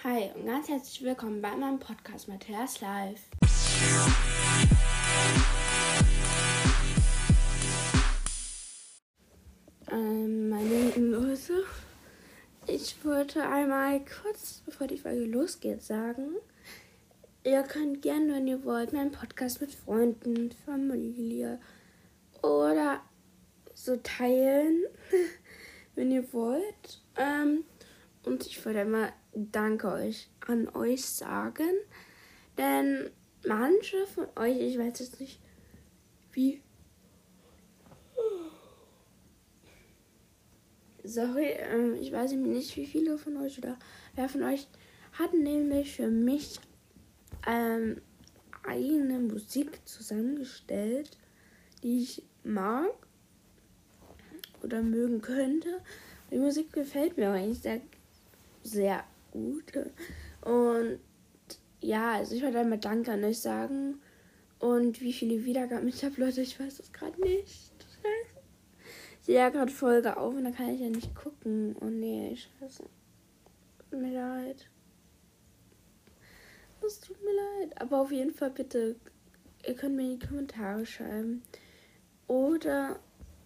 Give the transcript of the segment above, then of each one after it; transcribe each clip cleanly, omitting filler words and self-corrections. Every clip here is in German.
Hi und ganz herzlich willkommen bei meinem Podcast Matthias Live. Meine lieben Leute, ich wollte einmal kurz, bevor die Folge losgeht, sagen, ihr könnt gerne, wenn ihr wollt, meinen Podcast mit Freunden, Familie oder so teilen, wenn ihr wollt. Und ich wollte einmal Danke an euch sagen, denn manche von euch, ich weiß jetzt nicht, wie... Sorry, ich weiß nicht, wie viele von euch oder wer von euch hat nämlich für mich eigene Musik zusammengestellt, die ich mag oder mögen könnte. Die Musik gefällt mir eigentlich sehr, sehr gut. Und ja, also ich wollte einmal Danke an euch sagen. Und wie viele Wiedergaben ich habe, Leute, ich weiß es gerade nicht. Ich sehe ja gerade Folge auf und dann kann ich ja nicht gucken. Oh nee, scheiße. Tut mir leid. Es tut mir leid. Aber auf jeden Fall bitte, ihr könnt mir in die Kommentare schreiben. Oder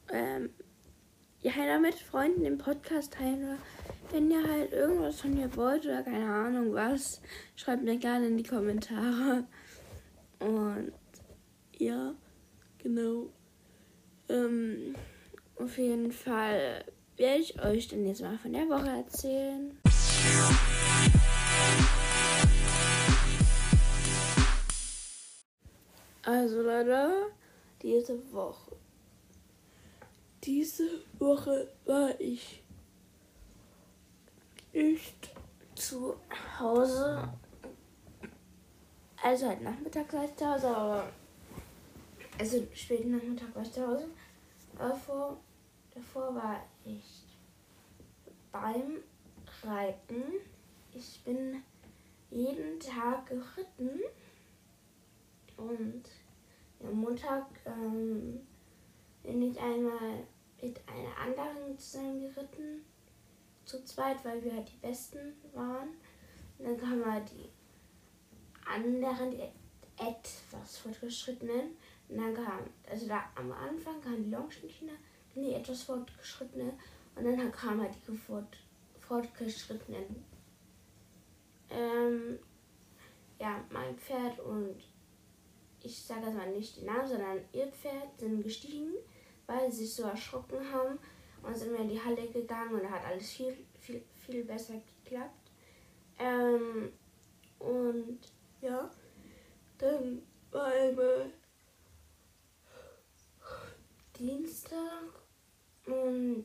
ja, mit Freunden den Podcast teilen. Oder wenn ihr halt irgendwas von mir wollt oder keine Ahnung was, schreibt mir gerne in die Kommentare. Und ja, genau. Auf jeden Fall werde ich euch dann jetzt mal von der Woche erzählen. Also Leute, diese Woche war ich nicht zu Hause. Also halt Nachmittag war ich zu Hause, aber also späten Nachmittag war ich zu Hause. Davor war ich beim Reiten. Ich bin jeden Tag geritten und am Montag bin ich einmal mit einer anderen zusammen geritten, zu zweit, weil wir halt die Besten waren. Und dann kamen halt die anderen, die etwas fortgeschrittenen. Und dann am Anfang kamen die Longschnittler, dann die etwas fortgeschrittenen und dann kamen halt die fortgeschrittenen. Ja, mein Pferd und ich sage jetzt mal nicht den Namen, sondern ihr Pferd sind gestiegen, weil sie sich so erschrocken haben und sind wir in die Halle gegangen und da hat alles viel, viel, viel besser geklappt. Und ja, dann war einmal Dienstag und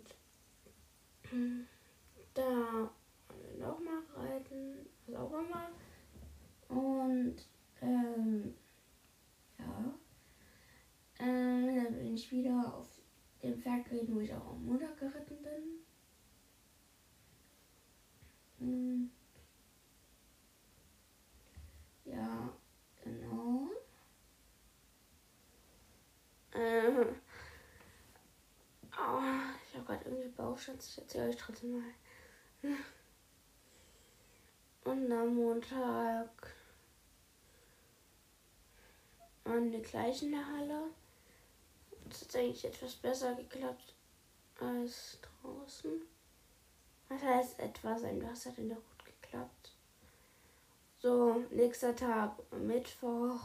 da waren wir nochmal reiten, also auch nochmal. Und ja, dann bin ich wieder auf dem Pferd geritten, wo ich auch am Montag geritten bin. Ja, genau. Ich habe gerade irgendwie Bauchschmerzen, ich erzähle euch trotzdem mal. Und am Montag waren wir gleich in der Halle. Es hat eigentlich etwas besser geklappt als draußen. Das heißt etwas, das hat dann doch gut geklappt. So, nächster Tag, Mittwoch,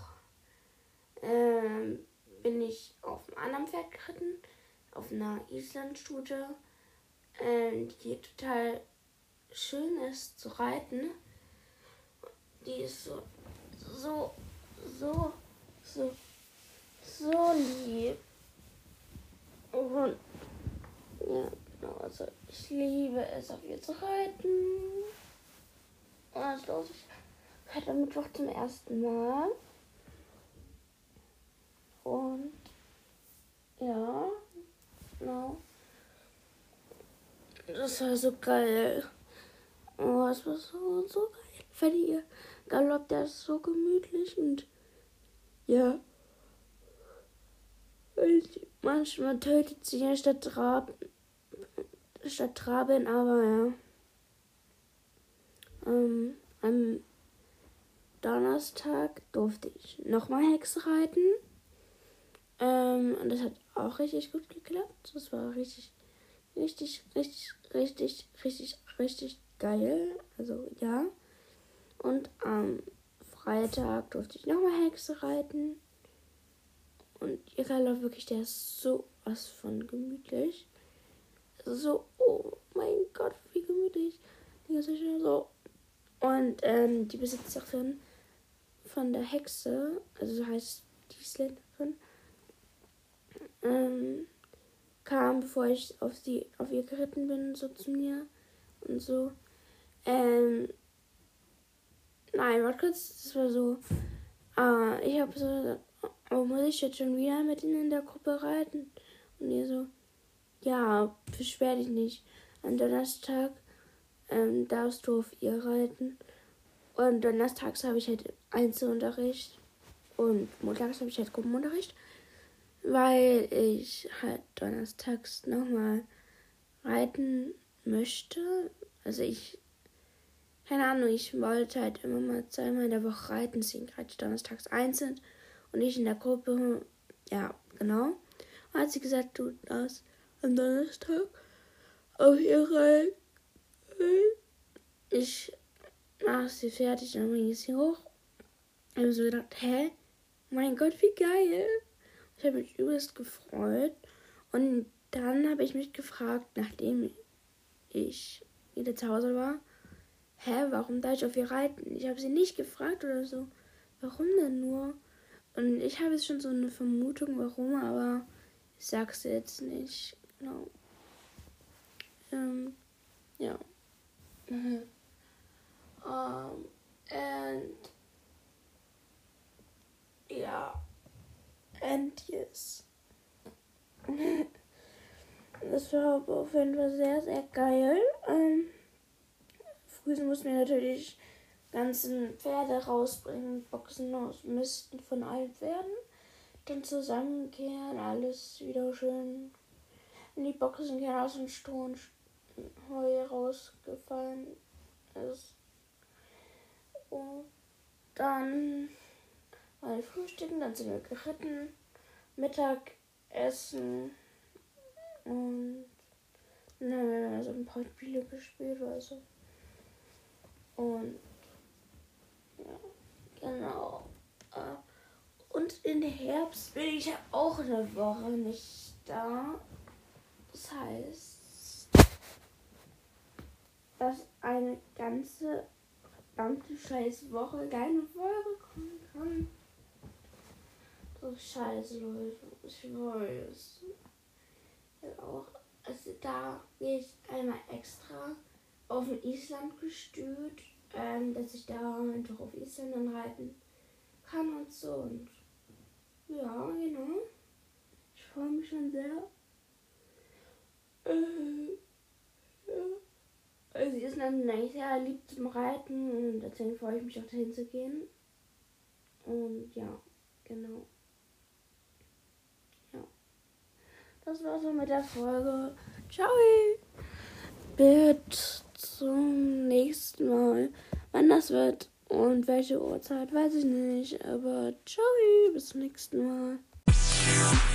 bin ich auf einem anderen Pferd geritten, auf einer Islandstute, die total schön ist zu reiten. Die ist so lieb. Und ja, genau, also ich liebe es, auf ihr zu reiten. Also ich reite am Mittwoch zum ersten Mal. Und ja, genau. Das war so geil. Oh, es war so geil. Weil ihr Galopp, der ist so gemütlich und ja. Manchmal tötet sie ja statt Traben, aber ja. am Donnerstag durfte ich nochmal Hexe reiten. Und das hat auch richtig gut geklappt. Das war richtig geil. Also ja. Und am Freitag durfte ich nochmal Hexe reiten. Und ihr Lauf wirklich, der ist so was von gemütlich. So, oh mein Gott, wie gemütlich. Die ganze Zeit so. Und die Besitzerin von der Hexe, also so heißt die Slenderin, kam, bevor ich auf ihr geritten bin, so zu mir und so. Nein, warte kurz, das war so. Ich habe so gesagt, oh, muss ich jetzt schon wieder mit ihnen in der Gruppe reiten? Und ihr so, ja, beschwer dich nicht. Am Donnerstag darfst du auf ihr reiten. Und donnerstags habe ich halt Einzelunterricht. Und montags habe ich halt Gruppenunterricht. Weil ich halt donnerstags nochmal reiten möchte. Also keine Ahnung, ich wollte halt immer mal zweimal in der Woche reiten. Deswegen reite ich donnerstags einzeln. Und ich in der Gruppe, ja, genau. Und hat sie gesagt, du darfst am Donnerstag auf ihr reiten. Ich mache sie fertig, dann bringe ich sie hoch. Ich habe so gedacht, hä? Mein Gott, wie geil. Ich habe mich übelst gefreut. Und dann habe ich mich gefragt, nachdem ich wieder zu Hause war, warum darf ich auf ihr reiten? Ich habe sie nicht gefragt oder so. Warum denn nur? Und ich habe jetzt schon so eine Vermutung, warum, aber ich sag's jetzt nicht. Genau. Ja. And yes. Das war aber auf jeden Fall sehr, sehr geil. Früher mussten wir natürlich ganzen Pferde rausbringen, Boxen aus Misten von allen Pferden. Dann zusammenkehren, alles wieder schön in die Boxen kehren, aus dem Stroh und Heu rausgefallen ist. Und dann war wir frühstücken, dann sind wir geritten, Mittagessen und dann haben wir so ein paar Spiele gespielt oder so. Und ja, genau. Und im Herbst bin ich ja auch eine Woche nicht da. Das heißt, dass eine ganze verdammte scheiß Woche keine Folge kommen kann. So scheiße, Leute. Ich weiß. Auch, also da gehe ich einmal extra auf ein Island-Gestüt, dass ich da einfach auf Island dann reiten kann und so. Und ja, genau. Ich freue mich schon sehr. Also Island ist sehr lieb zum Reiten und deswegen freue ich mich auch dahin zu gehen. Und ja, genau. Ja. Das war's so mit der Folge. Ciao! Bis zum nächsten Mal. Wann das wird und welche Uhrzeit, weiß ich nicht. Aber ciao, bis zum nächsten Mal.